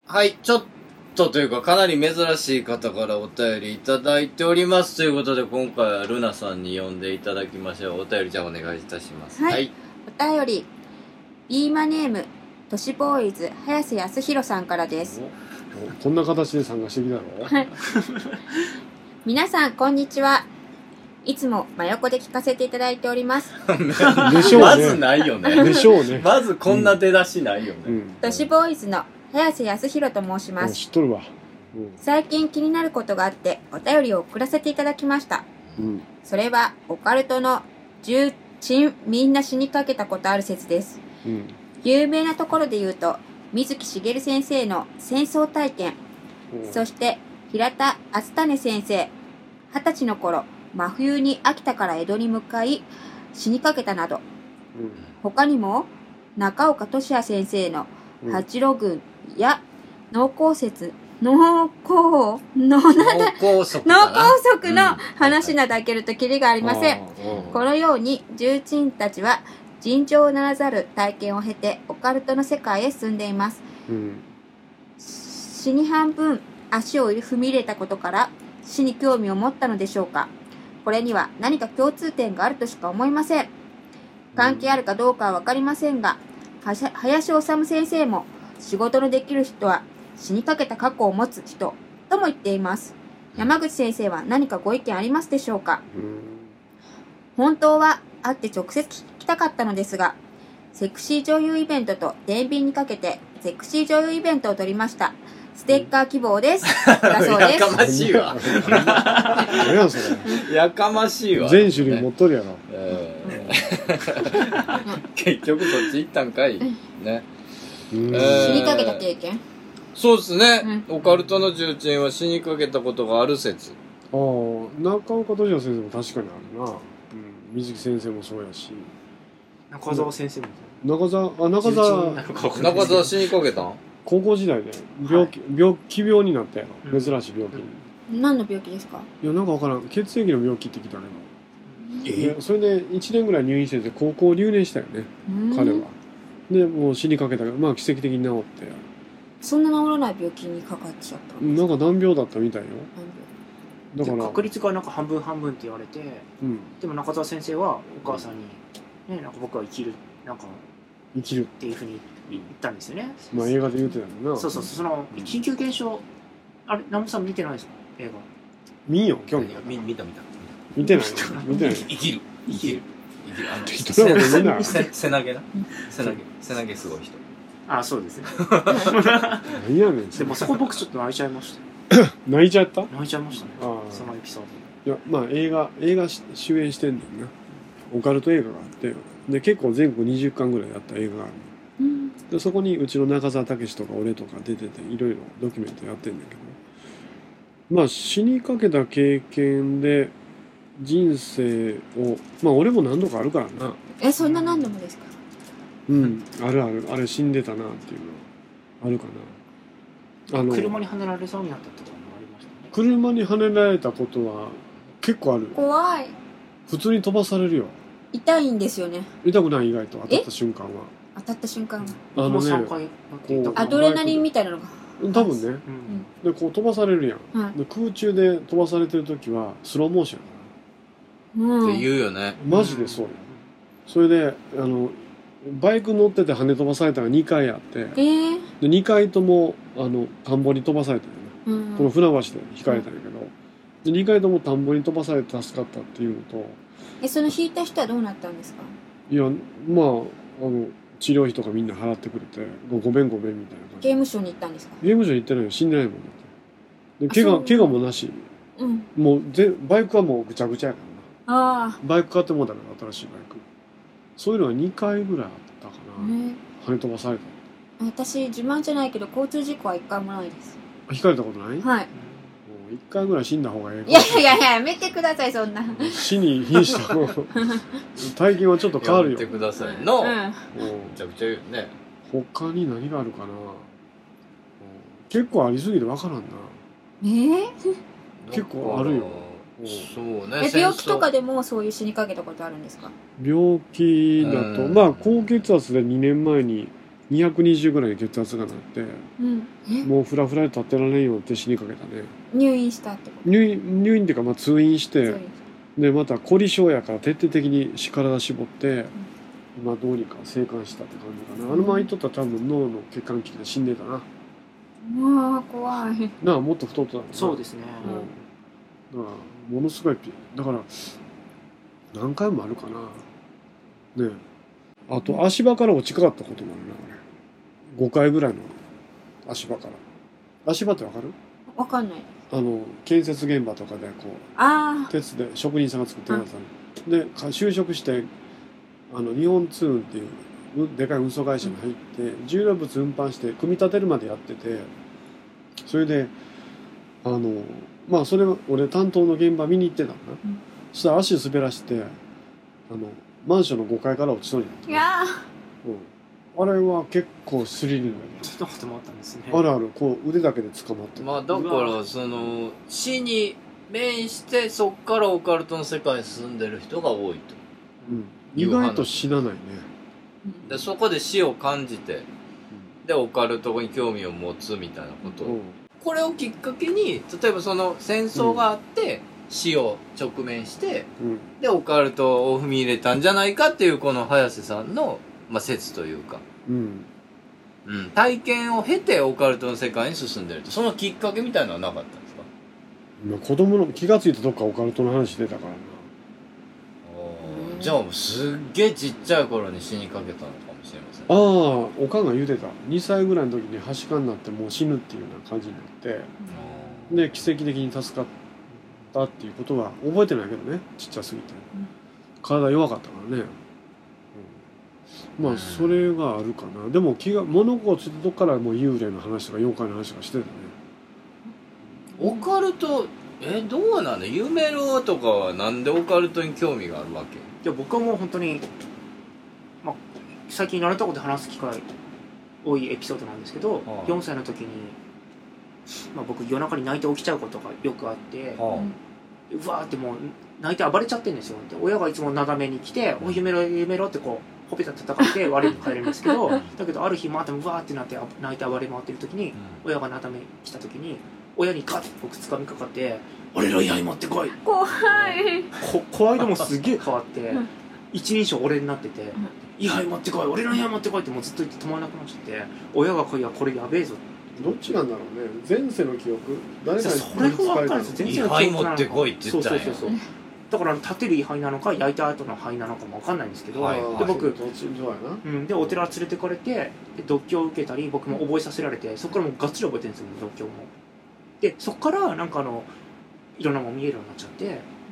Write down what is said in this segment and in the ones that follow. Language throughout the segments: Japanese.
はい、ちょっとというかかなり珍しい方からお便りいただいておりますということで、今回はルナさんに読んでいただきましょう。お便りじゃあお願いいたします。 はい、お便りビーマネーム都市ボーイズ早瀬康弘さんからです。 こんな形で参加してきたの？ はい皆さんこんにちは。いつも真横で聞かせていただいております。 でしょうね。 まずないよね。 でしょうね。 まずこんな出だしないよね。 都市ボーイズの早瀬康弘と申します。 知っとるわ。 最近気になることがあってお便りを送らせていただきました。それはオカルトの重鎮みんな死にかけたことある説です。有名なところで言うと水木しげる先生の戦争体験、そして平田篤胤先生20歳の頃真冬に秋田から江戸に向かい死にかけたなど、他にも中岡俊也先生の八路軍や脳梗塞の話など開けるとキリがありません。このように重鎮たちは尋常ならざる体験を経てオカルトの世界へ進んでいます。死に半分足を踏み入れたことから死に興味を持ったのでしょうか。これには何か共通点があるとしか思いません。関係あるかどうかは分かりませんが、林修先生も仕事のできる人は死にかけた過去を持つ人とも言っています。山口先生は何かご意見ありますでしょうか。本当は会って直接聞きたかったのですが、セクシー女優イベントと天秤にかけてセクシー女優イベントを取りました。ステッカー希望です。だそうです。 やかましいわ。 何やそれ。 やかましいわ。 全種類持っとるやろ。 結局そっち行ったんかい。ね。 死にかけた経験？ そうですね。オカルトの重鎮は死にかけたことがある説。 ああ、中岡俊也先生も確かにあるな。水木先生もそうやし。 中澤先生も。 中澤死にかけたん？ 高校時代で奇病になったやろ。珍しい病気に。 何の病気ですか？ いやなんかわからん。血液の病気って聞いたね。それで1年ぐらい入院してて高校留年したよね。彼は。でもう死にかけたけど、まあ奇跡的に治って。 そんな治らない病気にかかっちゃった。 なんか難病だったみたいよ。 だから確率がなんか半分半分って言われて、でも中澤先生はお母さんにね、なんか僕は生きるっていうふうに言ったんですよね。 まあ映画で言ってたよな。 そうその緊急現象、あれ南本さん見てないですか映画？ 見んよ興味見た見てない生きる背投げすごい人。 あ、そうですね。 何やねん。 でもそこ僕ちょっと泣いちゃいました。 泣いちゃった？ 泣いちゃいましたね。そのエピソード。いやまあ映画主演してんねんな。オカルト映画があってで結構全国20巻ぐらいあった映画がある。でそこにうちの中澤武とか俺とか出てていろいろドキュメントやってんだけど、まあ死にかけた経験で人生をまあ俺も何度かあるからな。 そんな何度もですか？ あるあれ死んでたなっていうのはあるかな。 車にはねられそうになったってこともありましたね。 車にはねられたことは結構ある。 怖い。 普通に飛ばされるよ。 痛いんですよね。 痛くない？意外と当たった瞬間は。 アドレナリンみたいなのが多分ね、でこう飛ばされるやん、で空中で飛ばされてる時はスローモーションやって言うよね。 マジでそうよ。それでバイク乗ってて跳ね飛ばされたのが2回あって、で2回とも田んぼに飛ばされたよね、この船橋で引かれたんやけど、で2回とも田んぼに飛ばされて助かったっていうのと、 その引いた人はどうなったんですか？ いやまあ治療費とかみんな払ってくれてごめんみたいな感じ。 刑務所に行ったんですか？ 刑務所に行ってないよ。死んでないもんだって。で怪我もなし、もうバイクはもうぐちゃぐちゃやからな。バイク買ってもうたから新しいバイク。そういうのが2回ぐらいあったかな、跳ね飛ばされた。 私自慢じゃないけど交通事故は1回もないです。 引かれたことない？はい。もう1回ぐらい死んだ方がいい。 いややめてくださいそんな。 死に瀕した体験はちょっと変わるよ。 やめてくださいの。めちゃくちゃ言うよね。 他に何があるかな。結構ありすぎて分からんな。結構あるよ。 そうね。 病気とかでもそういう死にかけたことあるんですか？ 病気だとまあ高血圧で2年前に 220ぐらいに血圧がなって、もうフラフラで立ってられんようになって死にかけたね。 入院したってこと？ 入院っていうか、まあ通院して、でまた凝り性やから徹底的に体絞って、まあどうにか生還したって感じかな。あの前にとったら多分脳の血管切れで死んでたな。 うわ怖いなあ、もっと太ってたの。 そうですね、 だからものすごいだから何回もあるかなね。あと足場から落ちかかったこともあるな、俺5回ぐらいの足場から。足場ってわかる？ わかんない。 建設現場とかでこう鉄で職人さんが作ってるやつで就職して日本通運っていうでかい運送会社に入って重量物運搬して組み立てるまでやってて、それでまあそれは俺担当の現場見に行ってたのね、そしたら足滑らしてマンションの5階から落ちそうになった。 いやあれは結構スリリングだよ。 ちょっとこともあったんですね。 あるある、こう腕だけで捕まって。 まあだから死に面してそっからオカルトの世界に住んでる人が多いと、 意外と死なないね。 でそこで死を感じて、でオカルトに興味を持つみたいなことを、これをきっかけに例えばその戦争があって、死を直面して、でオカルトを踏み入れたんじゃないかっていうこの早瀬さんの、説というか、体験を経てオカルトの世界に進んでると。そのきっかけみたいなのはなかったんですか？ 子供の気がついたとこからオカルトの話出たからな。 じゃあすっげえちっちゃい頃に死にかけたのかもしれません。 おかんが言うてた。2歳ぐらいの時にはしかになってもう死ぬっていうような感じになって、で奇跡的に助かったっていうことは覚えてないけどね、ちっちゃすぎて、体弱かったからね。まあそれがあるかな。でも物心ついたとこからもう幽霊の話とか妖怪の話とかしてたね。 オカルトどうなの？夢ろとかはなんでオカルトに興味があるわけ？ いや僕はもう本当に、最近慣れたことで話す機会多いエピソードなんですけど、4歳の時に、僕夜中に泣いて起きちゃうことがよくあって、うわーってもう泣いて暴れちゃってるんですよ。で親がいつもなだめに来て「おい夢ろ」ってこうほっぺた叩かれて悪いに帰るんですけどだけどある日またうわーってなって泣いて暴れ回ってる時に、親がなだめ来た時に親にガッて僕掴みかかって「俺の位牌持ってこい」 怖い怖いのもすげえ変わって一人称俺になってて「位牌持ってこい俺の位牌持ってこい」ってもうずっと言って止まらなくなっちゃって親が「いやこれやべえぞ」 どっちなんだろうね。前世の記憶誰かにそれが分かるんですよ。前世の記憶持ってこいって言ったんや。 そうだから立てる位牌なのか焼いた後の灰なのかも分かんないんですけど、で僕でお寺連れてかれて読経を受けたり僕も覚えさせられて、そこからもうがっつり覚えてるんですよ読経も。でそこからなんかいろんなもの見えるようになっちゃって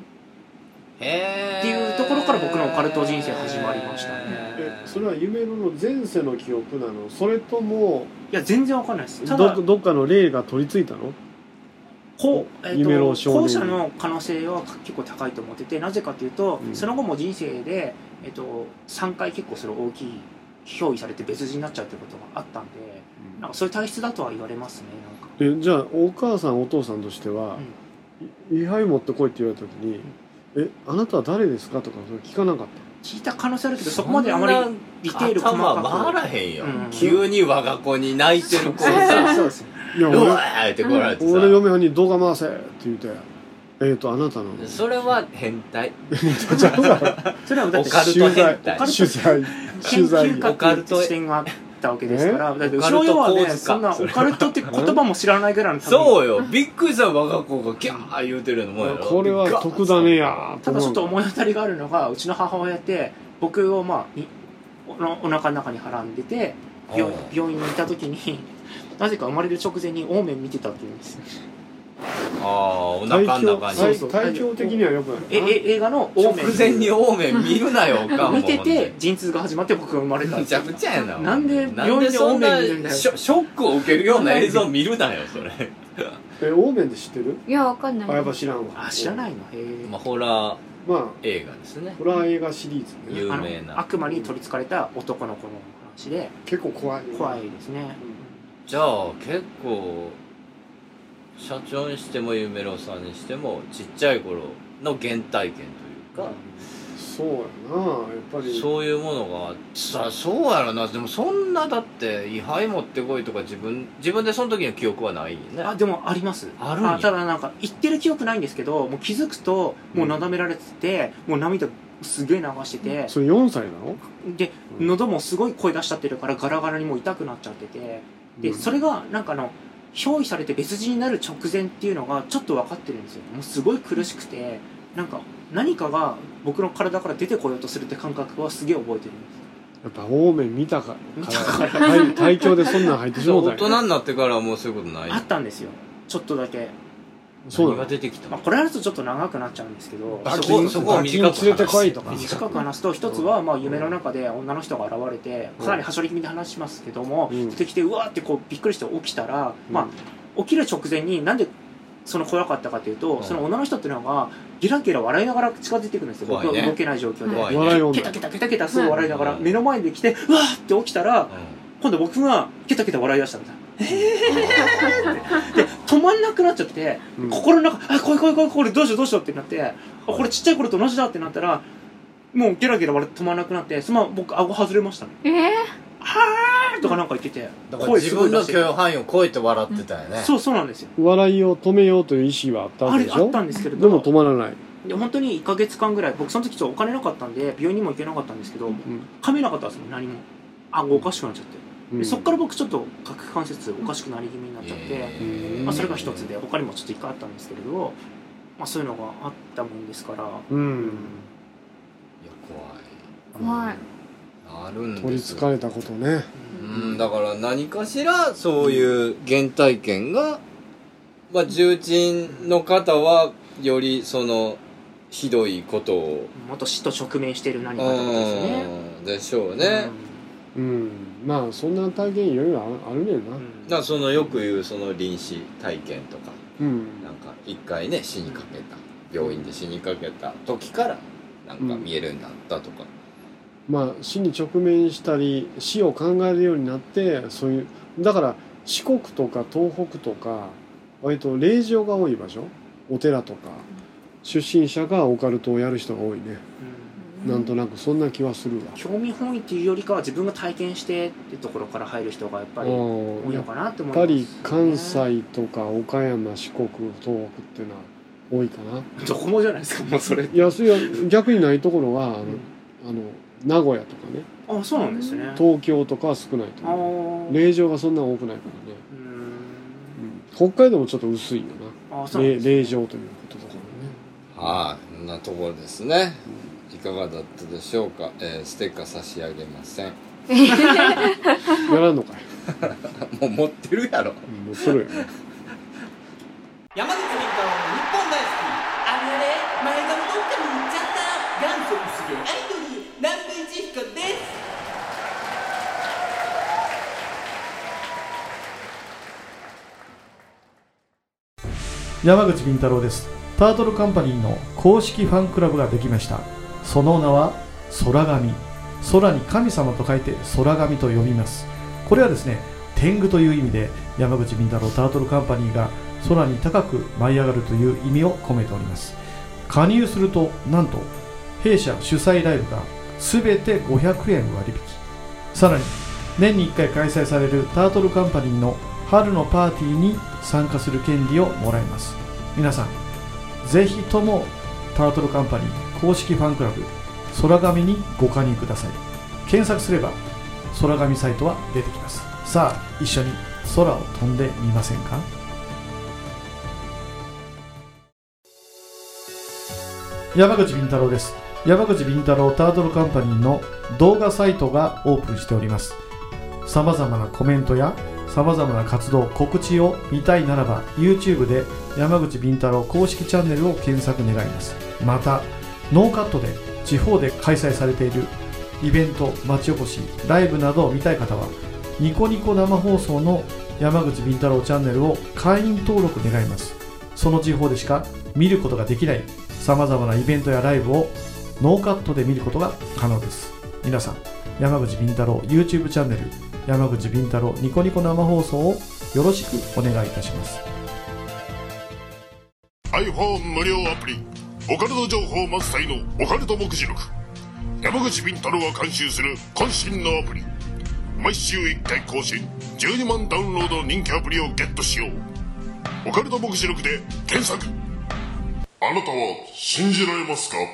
っていうところから僕のオカルト人生始まりましたね。 それは夢の前世の記憶なの？それともいや全然わかんないです。 ただどっかの霊が取り付いたの？夢の少年後者の可能性は結構高いと思ってて、なぜかというと、その後も人生で、3回結構それ大きい憑依されて別人になっちゃうということがあったんで、なんかそういう体質だとは言われますね。なんかじゃあお母さんお父さんとしては、位牌持ってこいって言われた時にあなたは誰ですかとかそれ聞かなかった？ 聞いた可能性あるけどそこまであまりディテール細かく頭回らへんよ、急に我が子に泣いてる子さそうですね。 いや俺嫁はんに動画回せって言うてあなたのそれは変態それはだってオカルト変態取材オカルト視点があったわけですから、だって後ろはねそんなオカルトって言葉も知らないぐらいのそうよ、びっくりした我が子がキャー言うてるのもんやろ。 これは特ダネや。 ただちょっと思い当たりがあるのが、うちの母親って僕をお腹の中にはらんでて病院にいた時になぜか生まれる直前にオーメン見てたって言うんですよ。 お腹の中に体調的にはよくない。 映画のオーメン直前にオーメン見るなよおかんも見てて陣痛が始まって僕が生まれた。 むちゃくちゃやな。 なんで病院でオーメン見るんだよ。 ショックを受けるような映像見るなよそれ。 オーメンで知ってる？ いやわかんない。 やっぱ知らんわ。 知らないの。 ホラー映画ですね。 ホラー映画シリーズね。 有名な悪魔に取りつかれた男の子の話で結構怖いですね。 じゃあ結構社長にしても夢郎さんにしてもちっちゃい頃の原体験というか、 そうやなやっぱりそういうものがそうやろな。でもそんなだって位牌持ってこいとか自分でその時の記憶はないよね。 あでもあります。 あるんや。 ただなんか言ってる記憶ないんですけど、もう気づくともうなだめられてて、もう涙すげえ流してて、 それ4歳なので喉もすごい声出しちゃってるからガラガラにもう痛くなっちゃってて、でそれがなんか憑依されて別人になる直前っていうのがちょっと分かってるんですよ。もうすごい苦しくて、なんか何かが僕の体から出てこようとするって感覚はすげえ覚えてるんです。 やっぱ方面見たから体調でそんなん入ってしまうたんや大人になってからはもうそういうことない。 あったんですよ、ちょっとだけ。 そう何が出てきたの。 これ話すとちょっと長くなっちゃうんですけど、 そこを短く連れてこいとか短く話すと、一つは夢の中で女の人が現れて、かなりはしょり気味で話しますけども、出てきてうわーってこうびっくりして起きたら、起きる直前になんでその怖かったかというと、その女の人っていうのがゲラゲラ笑いながら近づいてくるんですよ。僕は動けない状況でケタケタケタケタすぐ笑いながら目の前で来てうわーって起きたら、今度僕がケタケタ笑い出したんだ。で止まんなくなっちゃって、心の中怖いこれどうしようってなって、これちっちゃい頃と同じだってなったら、もうゲラゲラ笑って止まんなくなって、そのまま僕顎外れましたね。はーとかなんか言ってて、 だから自分の許容範囲を超えて笑ってたよね。 そうなんですよ。 笑いを止めようという意思はあったわけでしょ。 あったんですけれどでも止まらない。 で本当に1ヶ月間ぐらい、僕その時ちょっとお金なかったんで病院にも行けなかったんですけど、噛めなかったんですもん、何も。顎おかしくなっちゃって、でそっから僕ちょっと角関節おかしくなり気味になっちゃって、それが一つで、他にもちょっと1回あったんですけれど、そういうのがあったもんですから。いや怖い。 あるんですよ。 取りつかれたことね。 だから何かしらそういう原体験が、重鎮の方はよりそのひどいことをもっと死と直面している何かってことですね。 でしょうね。 そんな体験いろいろあるねんな。 だからそのよく言うその臨死体験とか、なんか一回ね死にかけた、病院で死にかけた時からなんか見えるようになったとか。 死に直面したり死を考えるようになって、そういうだから四国とか東北とか割と霊場が多い場所、お寺とか出身者がオカルトをやる人が多いね。なんとなくそんな気はするわ。 興味本位っていうよりかは自分が体験してってところから入る人がやっぱり多いのかなって思います、ね。やっぱり関西とか岡山、四国、東北っていうのは多いかな。 どこもじゃないですか、もうそれ。 いや逆にないところは名古屋とかね。 そうなんですね。 東京とかは少ないと思う。霊場がそんな多くないからね。北海道もちょっと薄いよな。霊場ということとかね。 こんなところですね。いかがだったでしょうか。ステッカー差し上げません。 やらんのかい。 もう持ってるやろ。 もうそれやね。 山口み太郎の日本大好き。あれ前髪どっかに行っちゃった。元祖薄毛アイドル南部一彦です。 山口敏太郎です。タートルカンパニーの公式ファンクラブができました。その名は空神。空に神様と書いて空神と呼びます。これはですね、天狗という意味で山口敏太郎タートルカンパニーが空に高く舞い上がるという意味を込めております。加入するとなんと弊社主催ライブが全て500円割引、さらに年に1回開催されるタートルカンパニーの春のパーティーに参加する権利をもらいます。皆さんぜひともタートルカンパニー公式ファンクラブ空神にご加入ください。検索すれば空神サイトは出てきます。さあ一緒に空を飛んでみませんか。山口敏太郎です。山口敏太郎タートルカンパニーの動画サイトがオープンしております。さまざまなコメントやさまざまな活動告知を見たいならば YouTube で山口敏太郎公式チャンネルを検索願います。またノーカットで地方で開催されているイベント、町おこし、ライブなどを見たい方はニコニコ生放送の山口敏太郎チャンネルを会員登録願います。その地方でしか見ることができないさまざまなイベントやライブをノーカットで見ることが可能です。皆さん山口敏太郎 YouTube チャンネル山口敏太郎ニコニコ生放送をよろしくお願いいたします。 iPhone 無料アプリオカルト情報満載のオカルト目次録山口敏太郎が監修する渾身のアプリ。毎週1回更新、12万ダウンロードの人気アプリをゲットしよう。オカルト目視録で検索。あなたは信じられますか？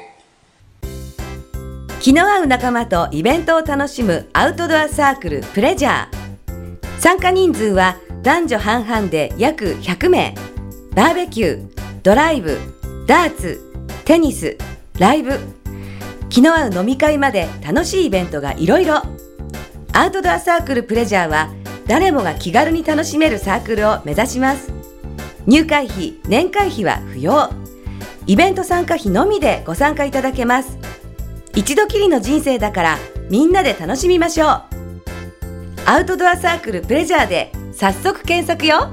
気の合う仲間とイベントを楽しむアウトドアサークルプレジャー。参加人数は男女半々で約100名。バーベキュー、ドライブ、ダーツ、テニス、ライブ、気の合う飲み会まで楽しいイベントがいろいろ。アウトドアサークルプレジャーは誰もが気軽に楽しめるサークルを目指します。入会費、年会費は不要。イベント参加費のみでご参加いただけます。一度きりの人生だからみんなで楽しみましょう。アウトドアサークルプレジャーで早速検索よ。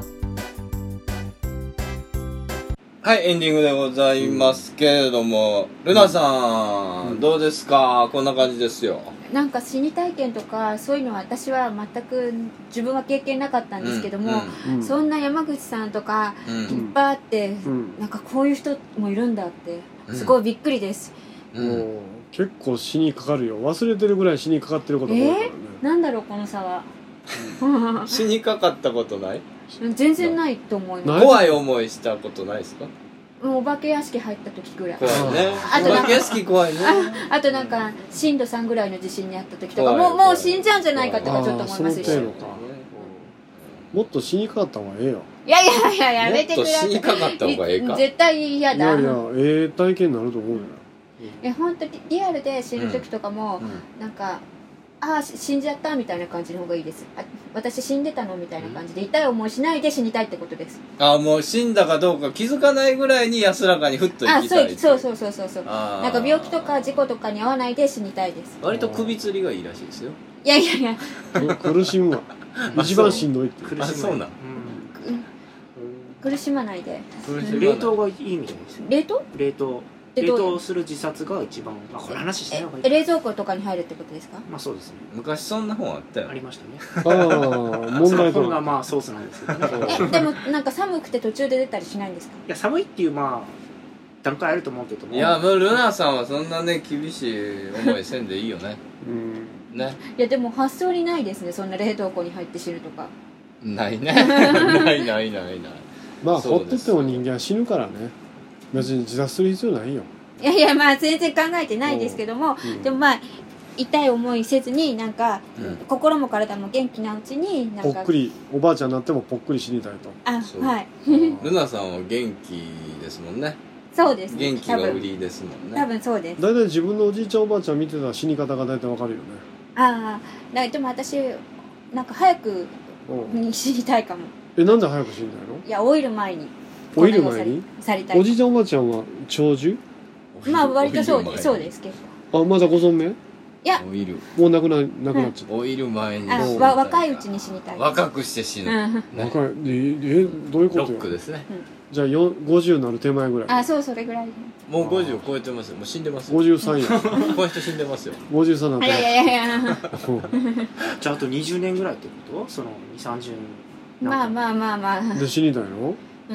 はい、エンディングでございますけれども、ルナさん、どうですか？こんな感じですよ。 なんか死に体験とかそういうのは私は全く自分は経験なかったんですけども、そんな山口さんとかいっぱいあって、なんかこういう人もいるんだってすごいびっくりです。 もう結構死にかかるよ。忘れてるぐらい死にかかってることが多いからね。 なんだろうこの差は。 死にかかったことない？ 全然ないと思います。 怖い思いしたことないですか？ お化け屋敷入った時ぐらい。 怖いね。 あとお化け屋敷怖いね。 あとなんか震度3ぐらいの地震にあった時とかもう死んじゃうんじゃないかとかちょっと思いますし。 もっと死にかかった方がええよ。 いやいやいややめてください。 もっと死にかかった方がええか。 絶対嫌だ。 いやいや体験になると思うよ。 いや本当にリアルで死ぬ時とかも、なんか死んじゃったみたいな感じの方がいいです。私死んでたのみたいな感じで痛い思いしないで死にたいってことです。 もう死んだかどうか気づかないぐらいに安らかにふっと生きたい。 そうなんか病気とか事故とかに遭わないで死にたいです。 割と首吊りがいいらしいですよ。 いやいやいや苦しむわ。一番しんどいって苦しむ。そうなん。 苦しまないで。 冷凍がいいみたいですよ。 冷凍冷凍する自殺が一番、これ話しない方がいい。 冷蔵庫とかに入るってことですか？ まあそうですね。 昔そんな本あったよ。 ありましたね。 問題本がまあソースなんですけどね。 でもなんか寒くて途中で出たりしないんですか？ いや寒いっていうまあ段階あると思うけども。 いやもうルナさんはそんなね厳しい思いせんでいいよね。ね。 いやでも発想にないですね。そんな冷凍庫に入って死ぬとか。 ないね。ない。 まあほっとっても人間は死ぬからね。別に自殺する必要ないよ。 いやまあ全然考えてないですけども、でもまあ痛い思いせずになんか、心も体も元気なうちになんかぽっくりおばあちゃんになってもぽっくり死にたいと。 はいルナさんは元気ですもんね。 そうですね。 元気が売りですもんね。 多分そうです。 大体自分のおじいちゃんおばあちゃん見てたら死に方が大体わかるよね。 でも私なんか早く死にたいかも。 なんで早く死にたいの？ いや老いる前に老いる前にされたい。 おじいちゃんおばあちゃんは長寿？ まあ割とそうです結構。まだご存命？ いやもう亡くなっちゃった。 老いる前に若いうちに死にたい。 若くして死ぬ。 若いどういうことよ？ ロックですね。 じゃあ50になる手前ぐらい。 それぐらい。 もう50を超えてますよ。もう死んでますよ。53や。 この人死んでますよ。 53になって。 いやじゃああと20年ぐらいってこと？その2、30年。 まあで死にたいの？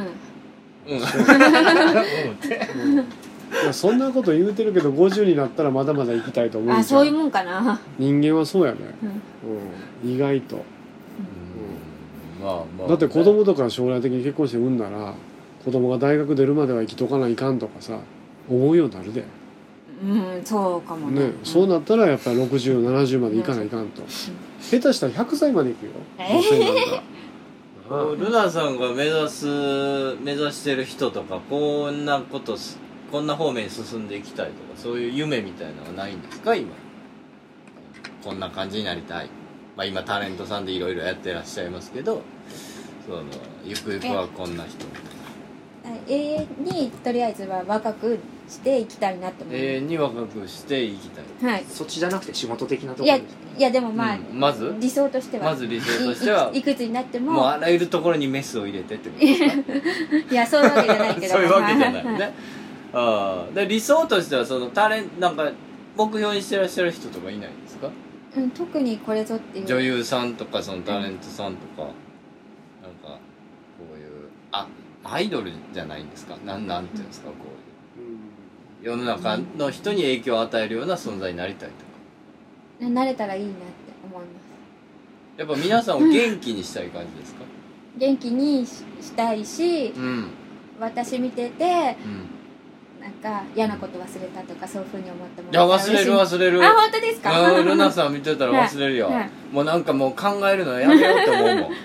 いやそんなこと言うてるけど50になったらまだまだ生きたいと思う。 そういうもんかな。 人間はそうやね。意外と。だって子供とか将来的に結婚して産んだら子供が大学出るまでは生きとかないかんとかさ思うようになるで。 そうかもね。 そうなったらやっぱり60、70までいかないかんと。下手したら100歳までいくよ。 ルナさんが目指してる人とかこんな方面に進んでいきたいとかそういう夢みたいなのはないんですか？今こんな感じになりたい。今タレントさんでいろいろやってらっしゃいますけど、ゆくゆくはこんな人みたいな。 永遠にとりあえずは若くしていきたいなって思う。 永遠に若くしていきたい。 はい。 そっちじゃなくて仕事的なところです。 いやでもまず理想としてはいくつになってももうあらゆるところにメスを入れてってことですか？ いやそういうわけじゃないけど。 そういうわけじゃないね。で理想としてはそのなんか目標にしてらっしゃる人とかいないんですか？ 特にこれぞっていう女優さんとかそのタレントさんとか、なんかこういうアイドルじゃないんですか？なんていうんですか？こういう世の中の人に影響を与えるような存在になりたいとか、 なれたらいいなって思います。 やっぱ皆さんを元気にしたい感じですか？ 元気にしたいし、 うん私見ててうん。 なんか嫌なこと忘れたとかそういう風に思ってもいやらったら嬉しい。 忘れる。 あ、本当ですか？ ルナさん見てたら忘れるよ、 はいはいもうなんかもう考えるのやめようって思うもん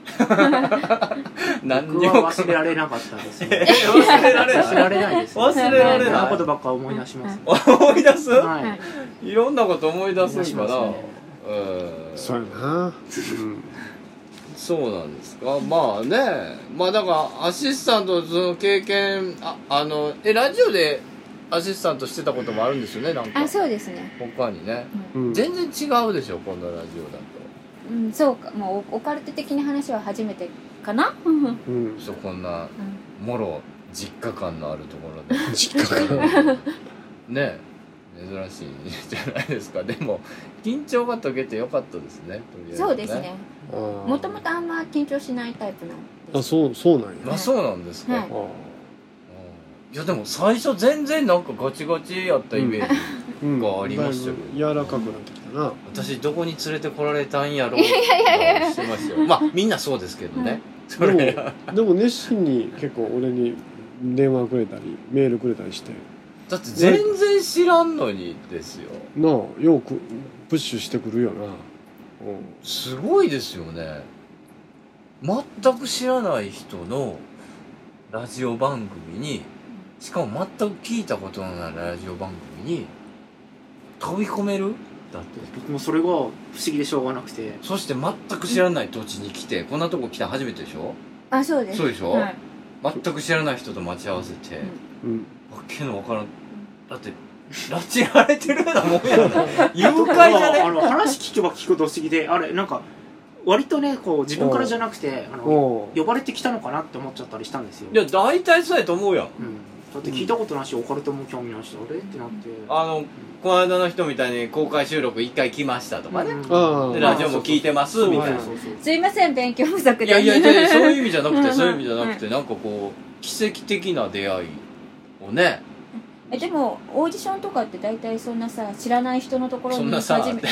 何にも僕は忘れられなかったですね。 忘れられない忘れられないですね。 忘れられないそんなことばっか思い出します。 思い出す、 はい。 いろんなこと思い出すんかな、 思い出しますねそうやな。 そうなんですか。まあね、まあだからアシスタントその経験ラジオでアシスタントしてたこともあるんですよね、なんかあ、そうですね。 他にね、 うん全然違うでしょ今度ラジオだと。 うん、そうか。もうオカルト的な話は初めてかな。 うん。 そうこんなもろ実家感のあるところで実家から。 ね珍しいじゃないですか。でも緊張が解けてよかったですね、とりあえずそうですね。 あーもともとあんま緊張しないタイプなんあ、 です。 そうなんや。 あ、そうなんですか、 はいあいやでも最初全然なんかガチガチやったイメージ、 ーうんがありましたけどだいぶ柔らかくなってきたな。 私どこに連れてこられたんやろうって気がしますよ。まあみんなそうですけどね、それでも熱心に結構俺に電話くれたりメールくれたりしてだって全然知らんのにですよ。 なあよくプッシュしてくるよな。 すごいですよね。全く知らない人のラジオ番組に、しかも全く聞いたことのないラジオ番組に飛び込める。だって僕もそれが不思議でしょうがなくて。 そして全く知らない土地に来てこんなとこ来たの初めてでしょ。 あ、そうです。 そうでしょ、 はい。 全く知らない人と待ち合わせて、 うん。 わけのわからん。だって拉致られてるようなもんやな誘拐じゃね。 話聞けば聞くと不思議で、あれなんか割とねこう自分からじゃなくておう呼ばれてきたのかなって思っちゃったりしたんですよ。 いや大体そうやと思うやん。 うん。だって聞いたことないし、オカルトも興味ないし、あれってなって。 この間の人みたいに公開収録1回来ましたとかね、 ああでラジオも聞いてますみたいな。 そうそうそう。 すいません、勉強不足で。 いやいやいやそういう意味じゃなくうんてそういう意味じゃなくてなんかこう奇跡的な出会いをね。 でもオーディションとかって大体そんなさ知らない人のところにそんなさ初めて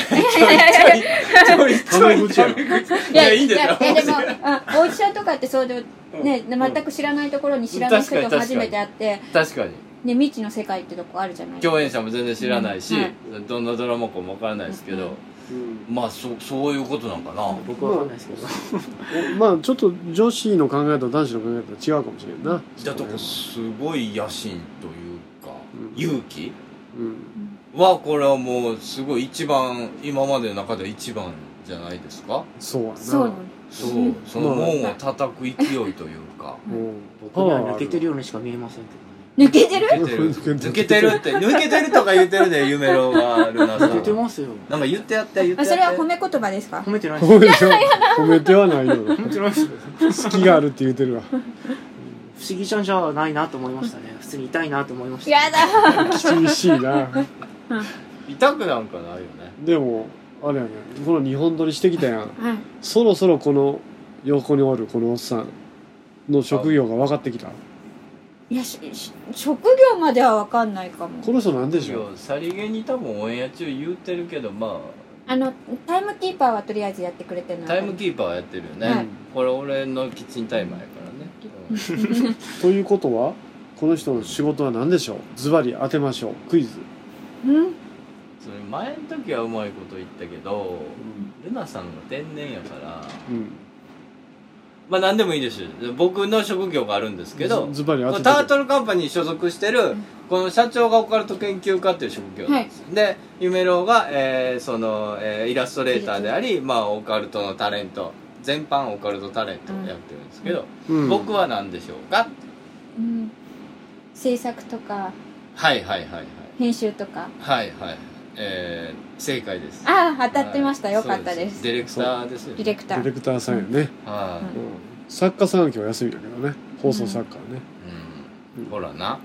タメ口やろ。 いやいいんですよ。 いやでもオーディションとかってそうでね全く知らないところに知らない人と初めて会って確かにね未知の世界ってとこあるじゃないですか。 共演者も全然知らないし、 うんどんなドラマかもわからないですけど、 うんまあそういうことなんかな。 僕はわかんないですけど。 まあちょっと女子の考えと男子の考えと違うかもしれんな。 だとすごい野心というか、 うん勇気うん。 はこれはもうすごい一番今までの中で一番じゃないですか。 そうやな。 そうなの。 そうその門を叩く勢いというかうん。 僕には抜けてるようにしか見えませんけどね。 抜けてる抜けてるって抜けてるとか言ってるね夢郎がルナさん抜けてますよ。 なんか言ってやって言ってやって。 あそれは褒め言葉ですか？ 褒めてないです。 褒めて褒めてはないよ。 褒めてないです。 好きがあるって言ってるわ。 不思議ちゃんじゃないなと思いましたね。普通に痛いなと思いました。 やだ厳しいな。 痛くなんかないよね。 でもあれやね、この日本撮りしてきたやん。 はいそろそろこの横におるこのおっさんの職業が分かってきた。 いや職業までは分かんないかも。 この人なんでしょう。 さりげに多分オンエア中言ってるけどまタイムキーパーはとりあえずやってくれてるのあタイムキーパーはやってるよね、 はいこれ俺のキッチンタイマーやからね、 ということはこの人の仕事は何でしょう。ズバリ当てましょう。クイズ。 うんそれ前の時はうまいこと言ったけど、ルナさんが天然やからうん。 まあ何でもいいです。僕の職業があるんですけどズバリ当てて。 タートルカンパニーに所属してるこの社長がオカルト研究家っていう職業なんです、で夢郎が、イラストレーターであり、まあ、オカルトのタレント全般オカルトタレントをやってるんですけど、 うん、 僕は何でしょうか。 うん制作とかはいはいはいはい編集とか。 はいはい、正解です。 ああ当たってました、 はいよかったです。 そうディレクターですよディレクター。 ディレクターさんやね。 はい、 うん作家さんは今日休みだけどね。放送作家はね。 うんほらな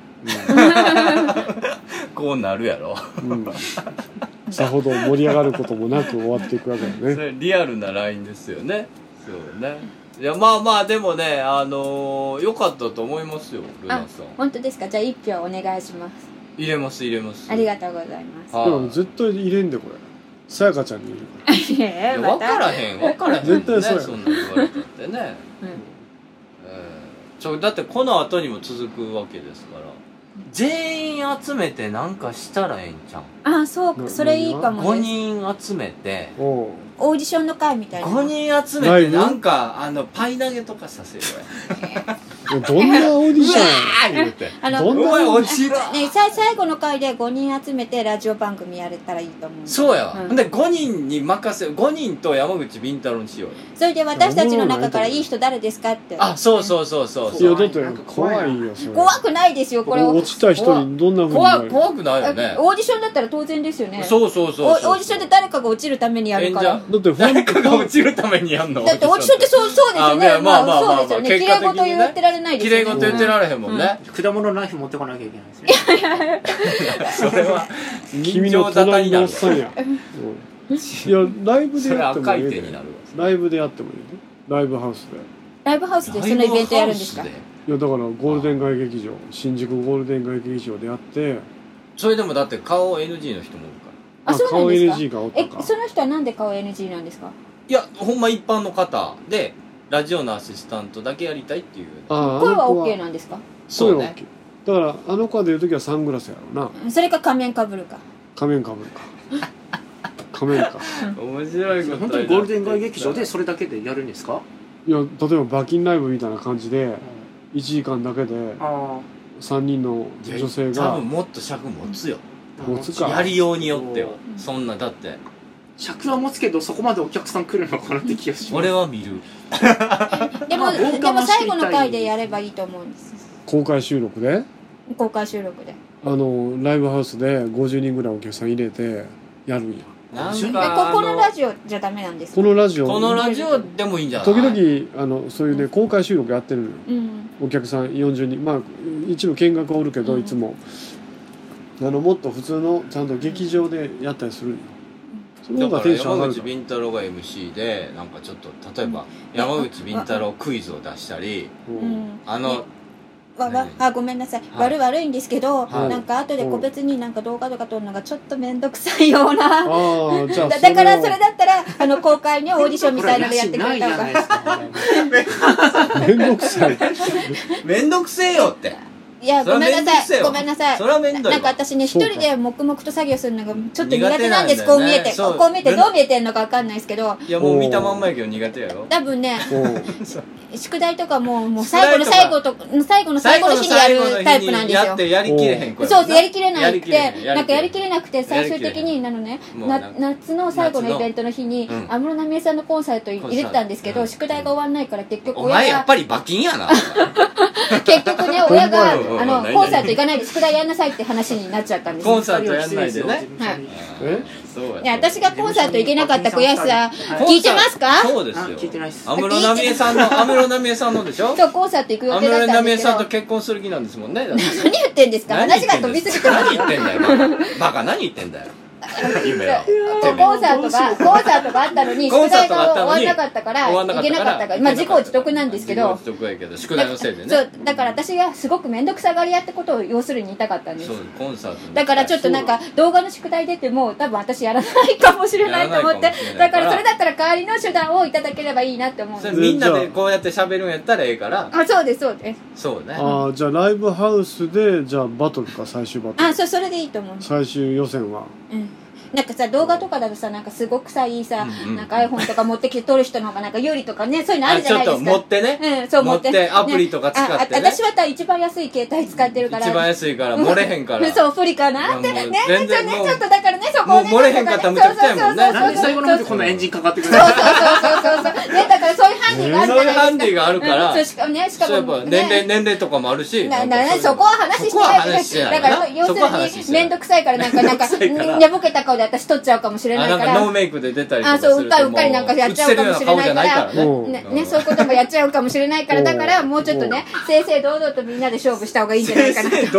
こうなるやろうん。さほど盛り上がることもなく終わっていくわけだそね。 れリアルなラインですよね。そうね。いやまあまあでもね良かったと思いますよルナさん。 本当ですか？じゃあ1票お願いします。 入れます入れます。 ありがとうございます。 でも絶対入れんでこれ。さやかちゃんに入れるから。 いや分からへん分からへん、ね、 絶対そうやそんな言われたってね、だってこの後にも続くわけですから、全員集めてなんかしたらええんちゃう。 あ、そうそれいいかもです。 5人集めておうオーディションの会みたいな。 5人集めてなんかパイ投げとかさせよどんなオーディションや言うてどんなお前落ちろね、最後の回で5人集めてラジオ番組やれたらいいと思う。 そうやわ、 うんで5人に任せ5人と山口敏太郎にしようよ。 それで私たちの中からいい人誰ですかって。 あ、そうそうそうそういやだって怖いよそれ。 怖くないですよこれ。 落ちた人にどんな風になる。 怖くないよね。 オーディションだったら当然ですよね。 そうそうそう。 オーディションで誰かが落ちるためにやるから。 だって誰かが落ちるためにやんの。 だってオーディションってそうですよね。 まあそうですよね。綺麗事言ってられないですよね。 綺麗事言ってられへんもんね。 果物ナイフ持ってこなきゃいけないですね。 それは君の隣のおっさんや。いやライブでやってもいいで。ライブでやってもいいで。ライブハウスで。 ライブハウスでそのイベントやるんですか。 いやだからゴールデン街劇場、新宿ゴールデン街劇場でやって。 それでもだって顔 NG の人もいるから。 あ、そうなんですか。 顔 NG がおったか。 その人はなんで顔 NG なんですか。 いやほんま一般の方でラジオのアシスタントだけやりたいっていう。 声は OK なんですか。 そうね。 だからあの子が出るときはサングラスやろうな。 それか仮面かぶるか。 仮面かぶるか。仮面か。 面白いこと。 本当にゴールデン街劇場でそれだけでやるんですか。 いや例えばバキンライブみたいな感じで1時間だけで3人の女性が。 多分もっと尺持つよ。 持つか。 やりようによってはそんなだって。 尺は持つけどそこまでお客さん来るのかなって気がします。 俺は見る。 でも最後の回でやればいいと思うんです。 公開収録で。 公開収録で。 ライブハウスで50人ぐらいお客さん入れてやるんや。 なんかこのラジオじゃダメなんですか。 このラジオでもいいんじゃない。 時々そういうね公開収録やってるのよ、お客さん40人まあ一部見学はおるけど、いつももっと普通のちゃんと劇場でやったりするのよ。 だから山口敏太郎が MC でなんかちょっと例えば山口敏太郎クイズを出したり、 ごめんなさい、悪いんですけど、なんか後で個別になんか動画とか撮るのがちょっと面倒くさいような。だからそれだったら公開にオーディションみたいなのやってくれた方が。 面倒くさい。 面倒くせえよって。 いやごめんなさいごめんなさい。 それは面倒い。 なんか私ね一人で黙々と作業するのがちょっと苦手なんです。こう見えてどう見えてんのか分かんないですけど。 いやもう見たまんまやけど苦手やろ。 多分ね宿題とかもう最後の最後の日にやるタイプなんですよ。 やりきれへん。 そうやりきれなくてなんかやりきれなくて最終的に夏の最後のイベントの日に安室奈美恵さんのコンサート入れてたんですけど、宿題が終わんないから結局お前やっぱり馬金やな。 結局ね親がコンサート行かないで宿題やんなさいって話になっちゃったんです。 コンサートやんないでね。 いや私がコンサート行けなかった悔しさ聞いてますか。 そうですよ。 聞いてないです。 安室奈美恵さんのでしょ。 そうコンサート行く予定だったんですけど。 安室奈美恵さんと結婚する気なんですもんね。 何言ってんですか。話が飛びすぎてます。 何言ってんだよ。バカ何言ってんだよ。夢を。 コンサートがあったのに宿題が終わんなかったから行けなかったからまあ自業自得なんですけど。 自業自得やけど宿題のせいでね。 そうだから私がすごく面倒くさがり屋ってことを要するに言いたかったんです。 そうコンサート。 だからちょっとなんか動画の宿題出ても多分私やらないかもしれないと思ってだからそれだったら代わりの手段をいただければいいなって思うんです。 みんなでこうやって喋るんやったらええから。 あそうですそうです。 そうね。 じゃあライブハウスでじゃあバトルか最終バトル。 それでいいと思う。 最終予選は。 なんかさ動画とかだとさなんかすごくさいいさなんか iPhone とか持ってきて撮る人の方がなんか有利とかねそういうのあるじゃないですか。 ちょっと持ってね。そう持ってアプリとか使ってね。 私は一番安い携帯使ってるから一番安いから漏れへんからそう不利かなってねちょっとだからねそこをね漏れへんかったらむちゃくちゃやもんね。 なんで最後の方でこんなエンジンかかってくるの。そうねだからそういうハンディがあるじゃないですか。 そういうハンディがあるからしかも年齢とかもあるしそこは話してない。だから要するに面倒くさいからなんか寝ぼけた顔で私撮っちゃうかもしれないから。 なんかノーメイクで出たりとかするとうっかりなんかやっちゃうかもしれないからねそういうこともやっちゃうかもしれないからだからもうちょっとね正々堂々とみんなで勝負した方がいいんじゃないかな。 正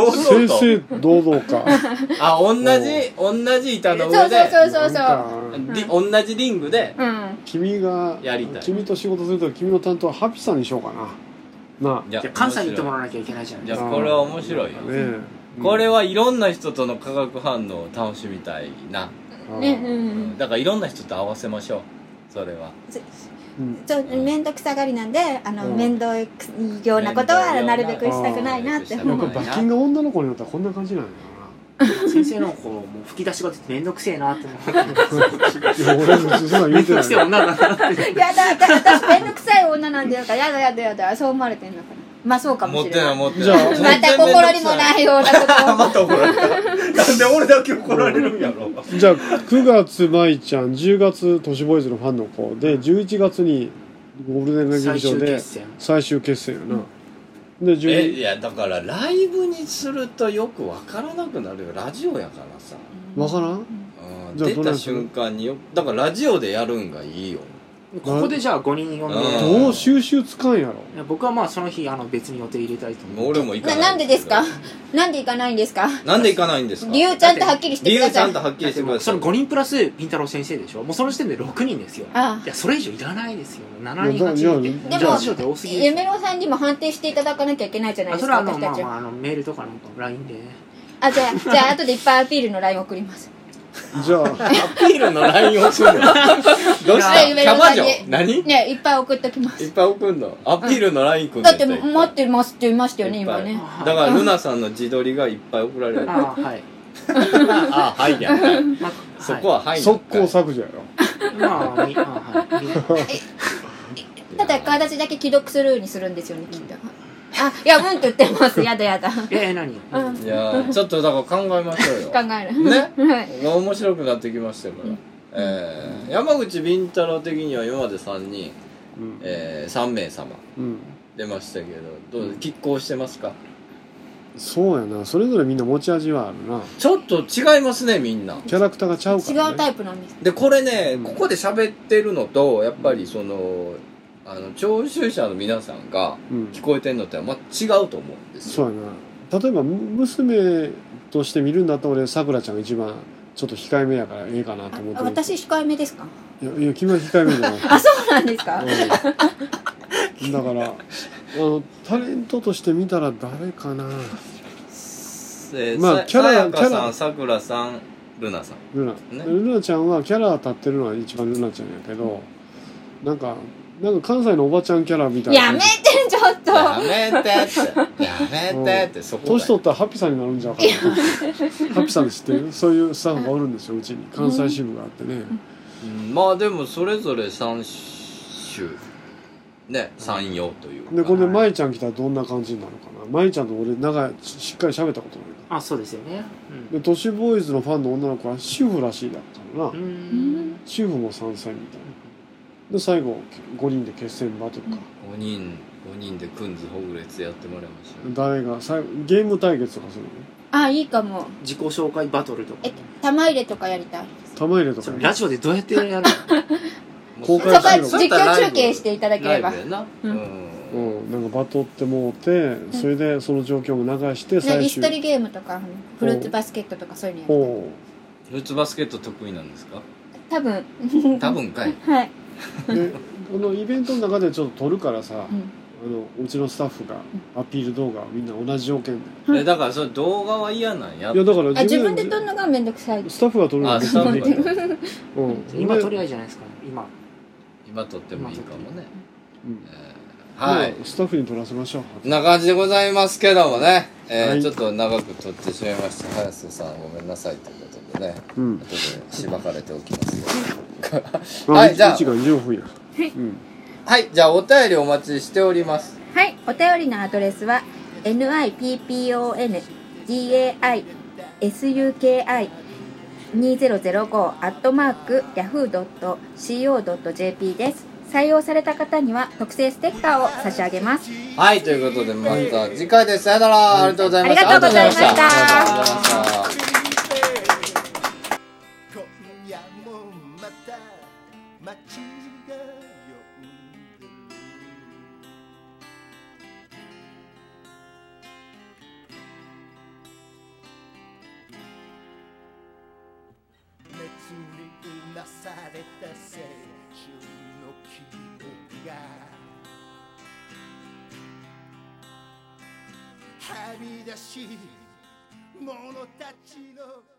々堂々か。 同じ板の上でそう同じリングで君がやりたい。 君と仕事すると君の担当はハピさんにしようかな。 じゃあ関西に行ってもらわなきゃいけないじゃないですか。 これは面白いよね。 これはいろんな人との化学反応を楽しみたいな、だからいろんな人と合わせましょう。それは面倒くさがりなんで面倒いようなことはなるべくしたくないなってやっぱ馬琴が女の子になったらこんな感じなんや先生のこうもう吹き出しが出てめんどくせえなって思っていや俺もそんなん言うてないめんどくせえ女だなってやだ私めんどくさい女なんだよからやだそう思われてんのかな。まあそうかもしれない。 持ってない。 じゃあまた心にもないようなことをまた怒られた。なんで俺だけ怒られるんやろ。 じゃあ9月舞ちゃん、10月都市ボーイズのファンの子で、11月にゴールデン劇場で最終決戦やな。でいやだからライブにするとよくわからなくなるよ。ラジオやからさ。 わからん？ 出た瞬間にだからラジオでやるんがいいよ。 ここでじゃあ5人呼んでどう収集つかんやろ。 いや僕はまあその日別に予定入れたいと思う。 俺も行かない。 なんでですか？なんで行かないんですか？ なんで行かないんですか？ 理由ちゃんとはっきりしてください。 理由ちゃんとはっきりしてください。 その5人プラスピンタロウ先生でしょ。もうその時点で6人ですよ。 ああ、 いやそれ以上いらないですよ。7人8人でもラジオで多すぎる。 ゆめろさんにも判定していただかなきゃいけないじゃないですか。 それは私たちまあメールとかなんか LINE で。 じゃあ後でいっぱいアピールの LINE 送ります。 じゃあアピールの LINE をするの。どうしたキャバ嬢？何？ ねいっぱい送っときます。 いっぱい送んの？アピールの LINE くんだって待ってますって言いましたよね今ね。 だからルナさんの自撮りがいっぱい送られる。 はいはいやん。そこははい。 速攻削除やろ。 ただ形だけ既読スルーにするんですよねきっと。いやって言ってます。やだ何？ いやちょっとだから考えましょうよ。 考えるね。面白くなってきましたから。山口敏太郎的には今まで3人3名様出ましたけど、どう拮抗してますか？ そうやな、それぞれみんな持ち味はあるな。 ちょっと違いますねみんな。 キャラクターがちゃうからね。 違うタイプなんです。 でこれねここで喋ってるのとやっぱりその聴取者の皆さんが聞こえてるのって違うと思うんですよ。 そうやな。例えば娘として見るんだったら俺さくらちゃんが一番ちょっと控えめやからええかなと思って。 私控えめですか？ いや君は控えめじゃない。 そうなんですか？ だからタレントとして見たら誰かな。 まあキャラさん、さくらさん、ルナさん。 ルナちゃんはキャラ立ってるのは一番ルナちゃんやけど、なんか関西のおばちゃんキャラみたいな。 やめてちょっと。 やめてってそこ。 年取ったらハッピーさんになるんじゃうかな。ハッピーさん知ってる？そういうスタッフがおるんですようちに。関西支部があってね。 まあでもそれぞれ3種ね3様というか。 でこれで舞ちゃん来たらどんな感じになるかな。舞ちゃんと俺しっかり喋ったことない。 そうですよね。 で都市ボーイズのファンの女の子は主婦らしいだったのな。主婦も参戦みたいな。で最後5人で決戦バトルか。 5人でクンズホグレツやってもらいました。 誰がゲーム対決とかするの？ いいかも。 自己紹介バトルとか。 玉入れとかやりたい。 玉入れとか。 ラジオでどうやってやるの？ 公開収録。 実況中継していただければ。 なんかバトってもうて、それでその状況も流して最終。イス取りゲームとかフルーツバスケットとかそういうのやりたい。 フルーツバスケット得意なんですか？ 多分かい。 はい。 でこのイベントの中でちょっと撮るからさ、うちのスタッフがアピール動画をみんな同じ条件で。だからそれ動画は嫌なんや。 いやだから自分で撮るのがめんどくさい。 スタッフが撮るのがスタッフが今撮り合いじゃないですかね。 今撮ってもいいかもね。 はい。スタッフに撮らせましょう。 こんな感じでございますけどもね。ちょっと長く撮ってしまいました。早瀬さんごめんなさいということでね。後でしばかれておきますけど。はいじゃあ。 1時間15分や。 はいじゃあお便りお待ちしております。 はいお便りのアドレスは nippon.gasuki2005@yahoo.co.jp です。採用された方には特製ステッカーを差し上げます。 はいということでまた次回です。さよなら。ありがとうございました。 ありがとうございました。 はみ出し者たちの